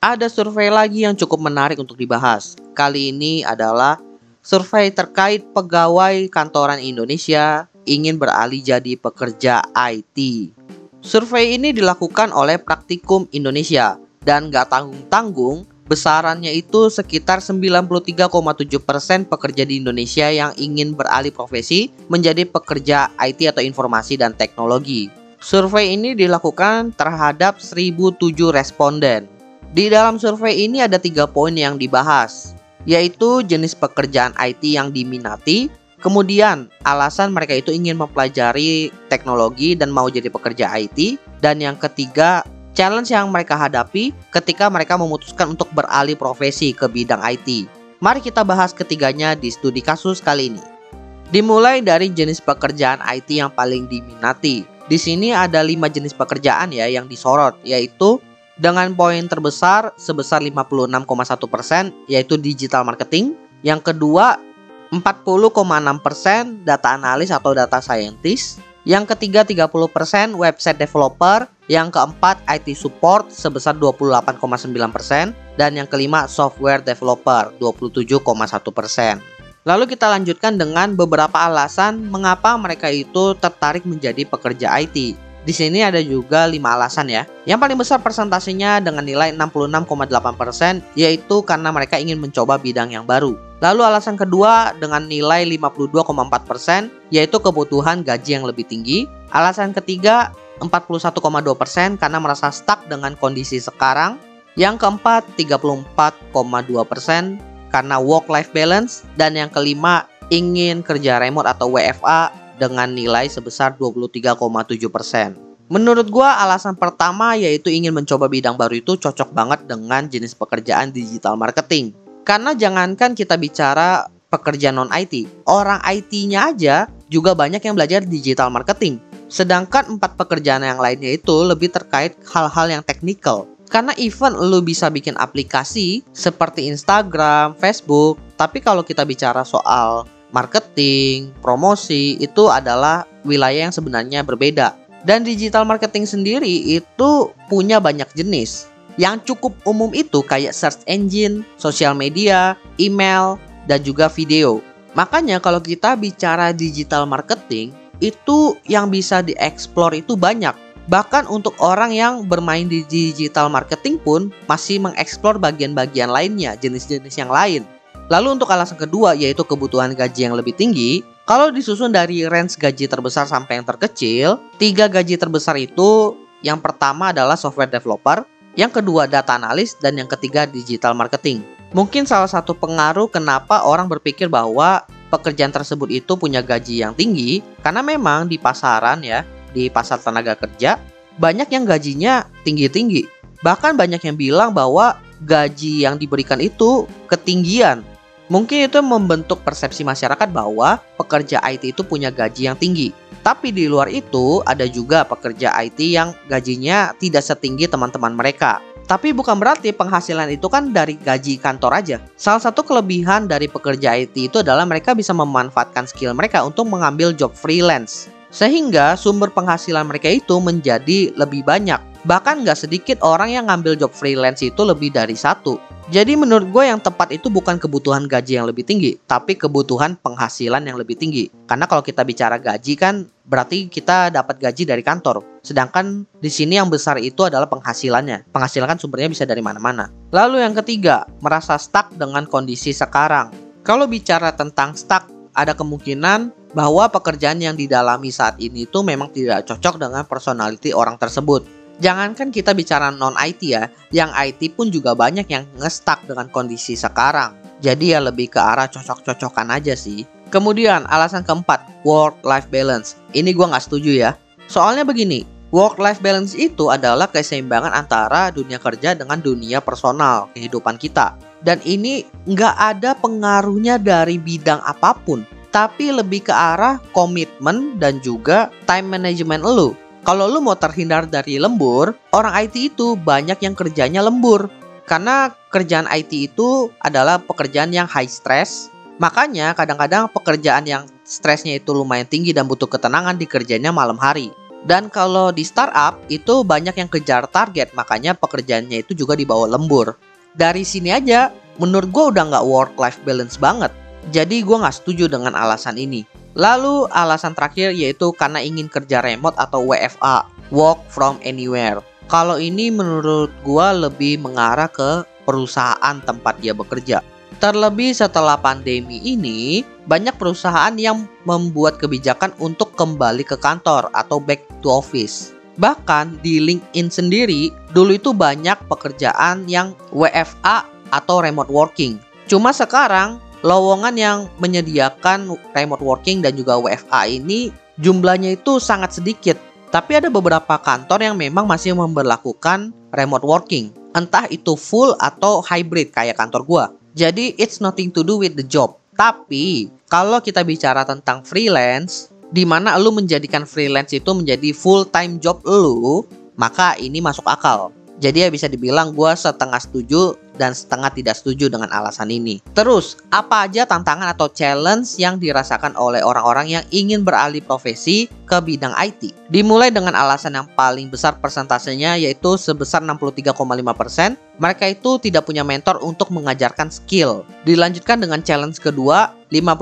Ada survei lagi yang cukup menarik untuk dibahas. Kali ini adalah survei terkait pegawai kantoran Indonesia ingin beralih jadi pekerja IT. Survei ini dilakukan oleh Praktikum Indonesia dan gak tanggung-tanggung, besarannya itu sekitar 93,7% pekerja di Indonesia yang ingin beralih profesi menjadi pekerja IT atau informasi dan teknologi. Survei ini dilakukan terhadap 1.007 responden. Di dalam survei ini ada 3 poin yang dibahas, yaitu jenis pekerjaan IT yang diminati, kemudian alasan mereka itu ingin mempelajari teknologi dan mau jadi pekerja IT, dan yang ketiga, challenge yang mereka hadapi ketika mereka memutuskan untuk beralih profesi ke bidang IT. Mari kita bahas ketiganya di studi kasus kali ini. Dimulai dari jenis pekerjaan IT yang paling diminati. Di sini ada 5 jenis pekerjaan yang disorot, yaitu dengan poin terbesar sebesar 56,1% yaitu digital marketing. Yang kedua 40,6% data analis atau data scientist. Yang ketiga 30% website developer. Yang keempat IT support sebesar 28,9%. Dan yang kelima software developer 27,1%. Lalu kita lanjutkan dengan beberapa alasan mengapa mereka itu tertarik menjadi pekerja IT. Di sini ada juga 5 alasan ya. Yang paling besar persentasenya dengan nilai 66,8% yaitu karena mereka ingin mencoba bidang yang baru. Lalu alasan kedua dengan nilai 52,4% yaitu kebutuhan gaji yang lebih tinggi. Alasan ketiga 41,2% karena merasa stuck dengan kondisi sekarang. Yang keempat 34,2% karena work-life balance. Dan yang kelima ingin kerja remote atau WFA dengan nilai sebesar 23,7%. Menurut gua alasan pertama yaitu ingin mencoba bidang baru itu cocok banget dengan jenis pekerjaan digital marketing. Karena jangankan kita bicara pekerja non-IT, orang IT-nya aja juga banyak yang belajar digital marketing. Sedangkan 4 pekerjaan yang lainnya itu lebih terkait hal-hal yang teknikal. Karena even lu bisa bikin aplikasi seperti Instagram, Facebook, tapi kalau kita bicara soal marketing, promosi, itu adalah wilayah yang sebenarnya berbeda. Dan digital marketing sendiri itu punya banyak jenis. Yang cukup umum itu kayak search engine, sosial media, email, dan juga video. Makanya kalau kita bicara digital marketing, itu yang bisa dieksplor itu banyak. Bahkan untuk orang yang bermain di digital marketing pun masih mengeksplor bagian-bagian lainnya, jenis-jenis yang lain. Lalu untuk alasan kedua yaitu kebutuhan gaji yang lebih tinggi. Kalau disusun dari range gaji terbesar sampai yang terkecil, 3 gaji terbesar itu yang pertama adalah software developer, yang kedua data analis, dan yang ketiga digital marketing. Mungkin salah satu pengaruh kenapa orang berpikir bahwa pekerjaan tersebut itu punya gaji yang tinggi, karena memang di pasaran di pasar tenaga kerja, banyak yang gajinya tinggi-tinggi. Bahkan banyak yang bilang bahwa gaji yang diberikan itu ketinggian. Mungkin itu membentuk persepsi masyarakat bahwa pekerja IT itu punya gaji yang tinggi. Tapi di luar itu ada juga pekerja IT yang gajinya tidak setinggi teman-teman mereka. Tapi bukan berarti penghasilan itu kan dari gaji kantor aja. Salah satu kelebihan dari pekerja IT itu adalah mereka bisa memanfaatkan skill mereka untuk mengambil job freelance. Sehingga sumber penghasilan mereka itu menjadi lebih banyak. Bahkan gak sedikit orang yang ngambil job freelance itu lebih dari 1. Jadi menurut gue yang tepat itu bukan kebutuhan gaji yang lebih tinggi, tapi kebutuhan penghasilan yang lebih tinggi. Karena kalau kita bicara gaji kan berarti kita dapat gaji dari kantor. Sedangkan di sini yang besar itu adalah penghasilannya. Penghasilan kan sumbernya bisa dari mana-mana. Lalu yang ketiga, merasa stuck dengan kondisi sekarang. Kalau bicara tentang stuck, ada kemungkinan bahwa pekerjaan yang didalami saat ini itu memang tidak cocok dengan personality orang tersebut. Jangankan kita bicara non-IT yang IT pun juga banyak yang nge-stuck dengan kondisi sekarang. Jadi lebih ke arah cocok-cocokan aja sih. Kemudian alasan keempat, work-life balance. Ini gue gak setuju ya. Soalnya begini, work-life balance itu adalah keseimbangan antara dunia kerja dengan dunia personal, kehidupan kita. Dan ini gak ada pengaruhnya dari bidang apapun, tapi lebih ke arah komitmen dan juga time management lu. Kalau lu mau terhindar dari lembur, orang IT itu banyak yang kerjanya lembur. Karena kerjaan IT itu adalah pekerjaan yang high stress. Makanya kadang-kadang pekerjaan yang stresnya itu lumayan tinggi dan butuh ketenangan dikerjanya malam hari. Dan kalau di startup itu banyak yang kejar target, makanya pekerjaannya itu juga dibawa lembur. Dari sini aja menurut gue udah nggak work-life balance banget. Jadi gue nggak setuju dengan alasan ini. Lalu alasan terakhir yaitu karena ingin kerja remote atau WFA, work from anywhere. Kalau ini menurut gue lebih mengarah ke perusahaan tempat dia bekerja. Terlebih setelah pandemi ini, banyak perusahaan yang membuat kebijakan untuk kembali ke kantor atau back to office. Bahkan di LinkedIn sendiri, dulu itu banyak pekerjaan yang WFA atau remote working. Cuma sekarang, lowongan yang menyediakan remote working dan juga WFA ini jumlahnya itu sangat sedikit. Tapi ada beberapa kantor yang memang masih memberlakukan remote working. Entah itu full atau hybrid kayak kantor gua. Jadi it's nothing to do with the job. Tapi kalau kita bicara tentang freelance, di mana lu menjadikan freelance itu menjadi full time job lu, maka ini masuk akal. Jadi ya bisa dibilang gue setengah setuju dan setengah tidak setuju dengan alasan ini. Terus, apa aja tantangan atau challenge yang dirasakan oleh orang-orang yang ingin beralih profesi ke bidang IT? Dimulai dengan alasan yang paling besar persentasenya yaitu sebesar 63,5%. Mereka itu tidak punya mentor untuk mengajarkan skill. Dilanjutkan dengan challenge kedua,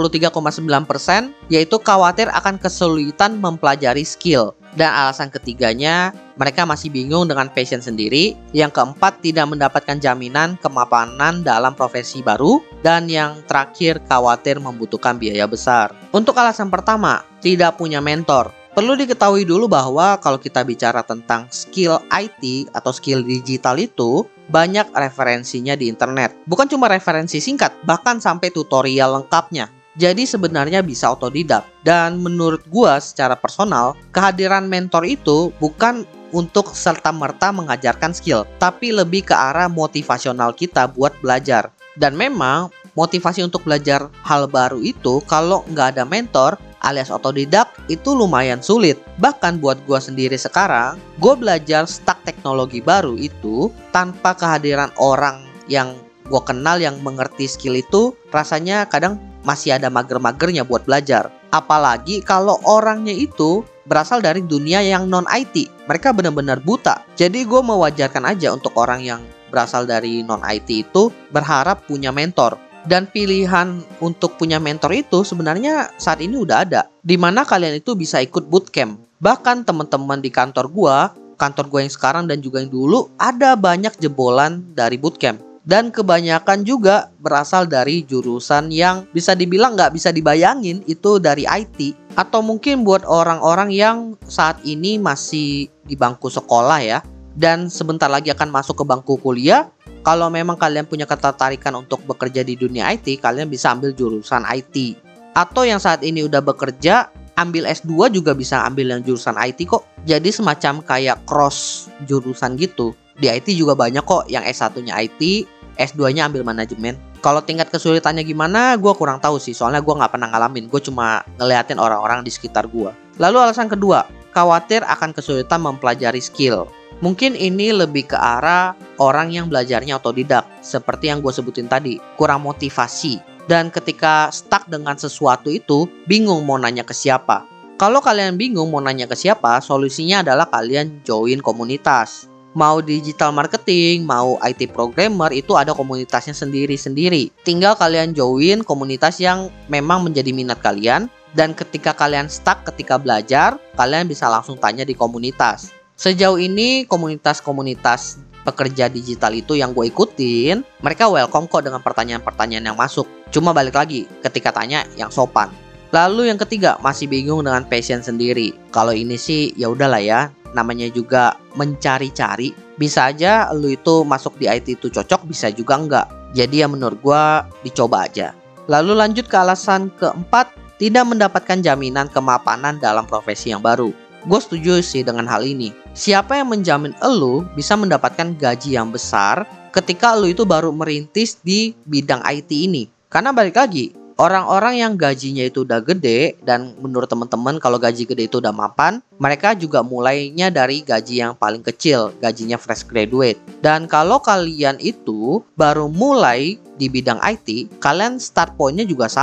53,9%, yaitu khawatir akan kesulitan mempelajari skill. Dan alasan ketiganya, mereka masih bingung dengan passion sendiri. Yang keempat, tidak mendapatkan jaminan kemapanan dalam profesi baru. Dan yang terakhir, khawatir membutuhkan biaya besar. Untuk alasan pertama, tidak punya mentor. Perlu diketahui dulu bahwa kalau kita bicara tentang skill IT atau skill digital itu, banyak referensinya di internet. Bukan cuma referensi singkat, bahkan sampai tutorial lengkapnya. Jadi sebenarnya bisa otodidak. Dan menurut gua secara personal, kehadiran mentor itu bukan untuk serta-merta mengajarkan skill, tapi lebih ke arah motivasional kita buat belajar. Dan memang motivasi untuk belajar hal baru itu kalau nggak ada mentor alias otodidak itu lumayan sulit. Bahkan buat gua sendiri sekarang, gua belajar stack teknologi baru itu tanpa kehadiran orang yang gua kenal yang mengerti skill itu, rasanya kadang masih ada mager-magernya buat belajar. Apalagi kalau orangnya itu berasal dari dunia yang non-IT. Mereka benar-benar buta. Jadi gue mewajarkan aja untuk orang yang berasal dari non-IT itu berharap punya mentor. Dan pilihan untuk punya mentor itu sebenarnya saat ini udah ada. Dimana kalian itu bisa ikut bootcamp. Bahkan teman-teman di kantor gue yang sekarang dan juga yang dulu, ada banyak jebolan dari bootcamp. Dan kebanyakan juga berasal dari jurusan yang bisa dibilang nggak bisa dibayangin itu dari IT. Atau mungkin buat orang-orang yang saat ini masih di bangku sekolah ya, dan sebentar lagi akan masuk ke bangku kuliah. Kalau memang kalian punya ketertarikan untuk bekerja di dunia IT, kalian bisa ambil jurusan IT. Atau yang saat ini udah bekerja, ambil S2 juga bisa ambil yang jurusan IT kok. Jadi semacam kayak cross jurusan gitu. Di IT juga banyak kok yang S1-nya IT, S2-nya ambil manajemen. Kalau tingkat kesulitannya gimana, gue kurang tahu sih. Soalnya gue nggak pernah ngalamin. Gue cuma ngeliatin orang-orang di sekitar gue. Lalu alasan kedua, khawatir akan kesulitan mempelajari skill. Mungkin ini lebih ke arah orang yang belajarnya otodidak. Seperti yang gue sebutin tadi, kurang motivasi. Dan ketika stuck dengan sesuatu itu, bingung mau nanya ke siapa. Kalau kalian bingung mau nanya ke siapa, solusinya adalah kalian join komunitas. Mau digital marketing, mau IT programmer, itu ada komunitasnya sendiri-sendiri. Tinggal kalian join komunitas yang memang menjadi minat kalian. Dan ketika kalian stuck ketika belajar, kalian bisa langsung tanya di komunitas. Sejauh ini komunitas-komunitas pekerja digital itu yang gue ikutin, mereka welcome kok dengan pertanyaan-pertanyaan yang masuk. Cuma balik lagi, ketika tanya yang sopan. Lalu yang ketiga, masih bingung dengan passion sendiri. Kalau ini sih ya udahlah ya, namanya juga mencari-cari. Bisa aja lu itu masuk di IT itu cocok, bisa juga enggak. Jadi ya menurut gua dicoba aja. Lalu lanjut ke alasan keempat, tidak mendapatkan jaminan kemapanan dalam profesi yang baru. Gue setuju sih dengan hal ini. Siapa yang menjamin elu bisa mendapatkan gaji yang besar ketika elu itu baru merintis di bidang IT ini? Karena balik lagi, orang-orang yang gajinya itu udah gede, dan menurut teman-teman kalau gaji gede itu udah mapan, mereka juga mulainya dari gaji yang paling kecil, gajinya fresh graduate. Dan kalau kalian itu baru mulai di bidang IT, kalian start point-nya juga sama.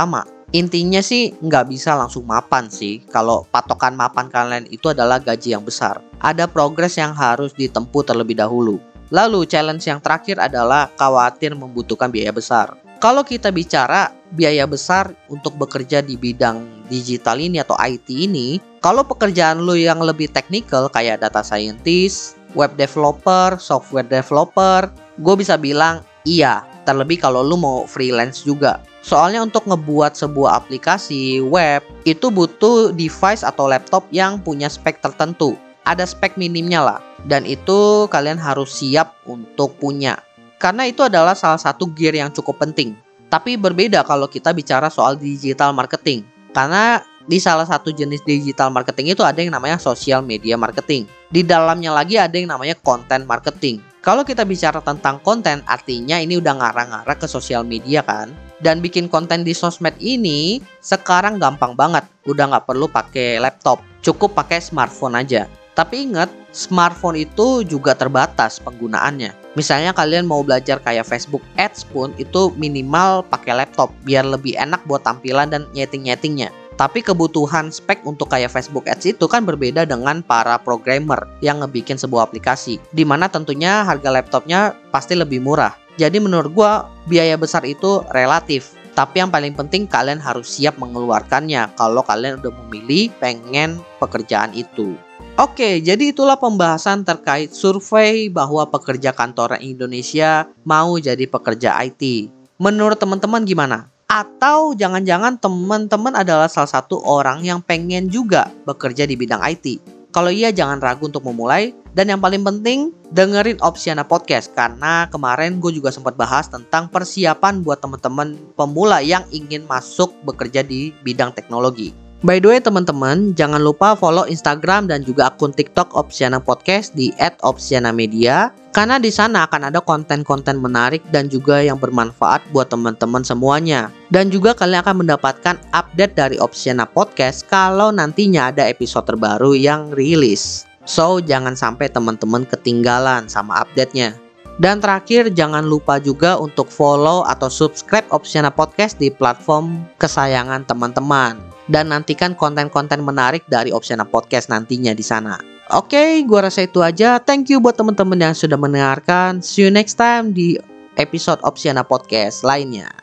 Intinya sih nggak bisa langsung mapan sih. Kalau patokan mapan kalian itu adalah gaji yang besar. Ada progres yang harus ditempuh terlebih dahulu. Lalu challenge yang terakhir adalah khawatir membutuhkan biaya besar. Kalau kita bicara biaya besar untuk bekerja di bidang digital ini atau IT ini, kalau pekerjaan lu yang lebih teknikal kayak data scientist, web developer, software developer, gue bisa bilang iya, terlebih kalau lu mau freelance juga. Soalnya untuk ngebuat sebuah aplikasi web itu butuh device atau laptop yang punya spek tertentu. Ada spek minimnya lah, dan itu kalian harus siap untuk punya. Karena itu adalah salah satu gear yang cukup penting. Tapi berbeda kalau kita bicara soal digital marketing. Karena di salah satu jenis digital marketing itu ada yang namanya social media marketing. Di dalamnya lagi ada yang namanya content marketing. Kalau kita bicara tentang konten, artinya ini udah ngarah-ngarah ke sosial media kan. Dan bikin konten di sosmed ini sekarang gampang banget. Udah nggak perlu pakai laptop, cukup pakai smartphone aja. Tapi ingat, smartphone itu juga terbatas penggunaannya. Misalnya kalian mau belajar kayak Facebook Ads pun itu minimal pakai laptop biar lebih enak buat tampilan dan nyeting-nyetingnya. Tapi kebutuhan spek untuk kayak Facebook Ads itu kan berbeda dengan para programmer yang ngebikin sebuah aplikasi, dimana tentunya harga laptopnya pasti lebih murah. Jadi menurut gua biaya besar itu relatif. Tapi yang paling penting kalian harus siap mengeluarkannya kalau kalian udah memilih pengen pekerjaan itu. Oke, jadi itulah pembahasan terkait survei bahwa pekerja kantoran Indonesia mau jadi pekerja IT. Menurut teman-teman gimana? Atau jangan-jangan teman-teman adalah salah satu orang yang pengen juga bekerja di bidang IT? Kalau iya, jangan ragu untuk memulai. Dan yang paling penting, dengerin Opsiana Podcast. Karena kemarin gue juga sempat bahas tentang persiapan buat teman-teman pemula yang ingin masuk bekerja di bidang teknologi. By the way teman-teman, jangan lupa follow Instagram dan juga akun TikTok Opsiana Podcast di @opsianamedia, karena di sana akan ada konten-konten menarik dan juga yang bermanfaat buat teman-teman semuanya. Dan juga kalian akan mendapatkan update dari Opsiana Podcast kalau nantinya ada episode terbaru yang rilis. So, jangan sampai teman-teman ketinggalan sama update-nya. Dan terakhir, jangan lupa juga untuk follow atau subscribe Opsiana Podcast di platform kesayangan teman-teman. Dan nantikan konten-konten menarik dari Opsiana Podcast nantinya di sana. Oke, gua rasa itu aja. Thank you buat teman-teman yang sudah mendengarkan. See you next time di episode Opsiana Podcast lainnya.